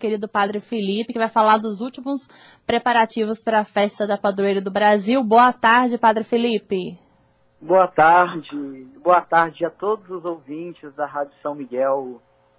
querido Padre Felipe, que vai falar dos últimos preparativos para a festa da Padroeira do Brasil. Boa tarde, Padre Felipe. Boa tarde a todos os ouvintes da Rádio São Miguel.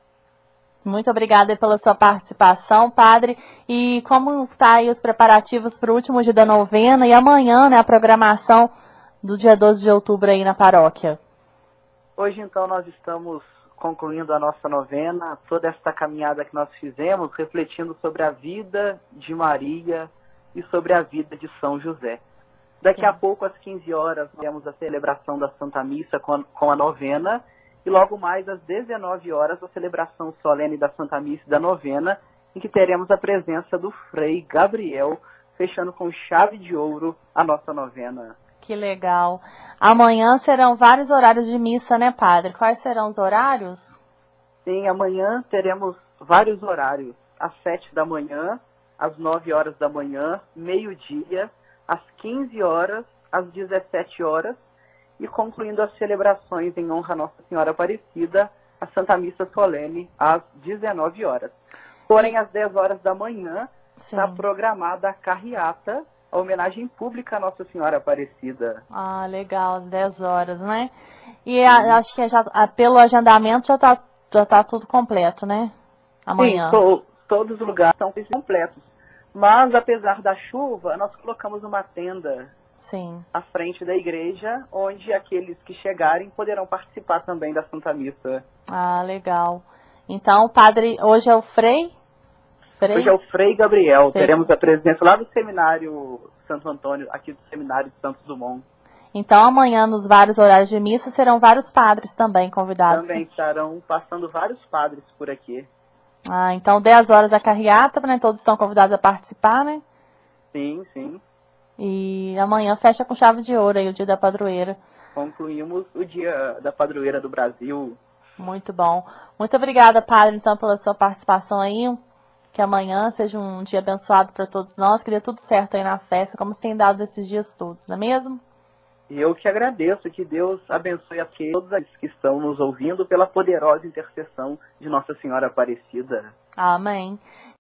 Muito obrigada pela sua participação, Padre. E como está aí os preparativos para o último dia da novena e amanhã, né, a programação do dia 12 de outubro aí na paróquia? Hoje, então, nós estamos concluindo a nossa novena, toda esta caminhada que nós fizemos, refletindo sobre a vida de Maria e sobre a vida de São José. Daqui a pouco, às 15 horas, temos a celebração da Santa Missa com a novena, e logo mais, às 19 horas, a celebração solene da Santa Missa e da novena, em que teremos a presença do Frei Gabriel, fechando com chave de ouro a nossa novena. Que legal. Amanhã serão vários horários de missa, né, Padre? Quais serão os horários? Sim, amanhã teremos vários horários. Às 7 da manhã, às 9 horas da manhã, meio-dia, às 15 horas, às 17 horas, e concluindo as celebrações em honra a Nossa Senhora Aparecida, a Santa Missa Solene, às 19 horas. Porém, às 10 horas da manhã, está programada a carreata, a homenagem pública à Nossa Senhora Aparecida. Ah, legal, às 10 horas, né? E acho que pelo agendamento já tá tudo completo, né? Amanhã. Sim, todos os lugares estão completos. Mas, apesar da chuva, nós colocamos uma tenda à frente da igreja, onde aqueles que chegarem poderão participar também da Santa Missa. Ah, legal. Então, o padre, hoje é o Frei? Hoje é o Frei Gabriel. Teremos a presença lá do Seminário Santo Antônio, aqui do Seminário de Santos Dumont. Então, amanhã, nos vários horários de missa, serão vários padres também convidados. Também estarão passando vários padres por aqui. Ah, então 10 horas a carreata, né? Todos estão convidados a participar, né? Sim, sim. E amanhã fecha com chave de ouro aí, o dia da padroeira. Concluímos o dia da Padroeira do Brasil. Muito bom. Muito obrigada, Padre, então, pela sua participação aí. Que amanhã seja um dia abençoado para todos nós. Que dê tudo certo aí na festa, como se tem dado esses dias todos, não é mesmo? E eu que agradeço, que Deus abençoe a todos aqueles que estão nos ouvindo pela poderosa intercessão de Nossa Senhora Aparecida. Amém.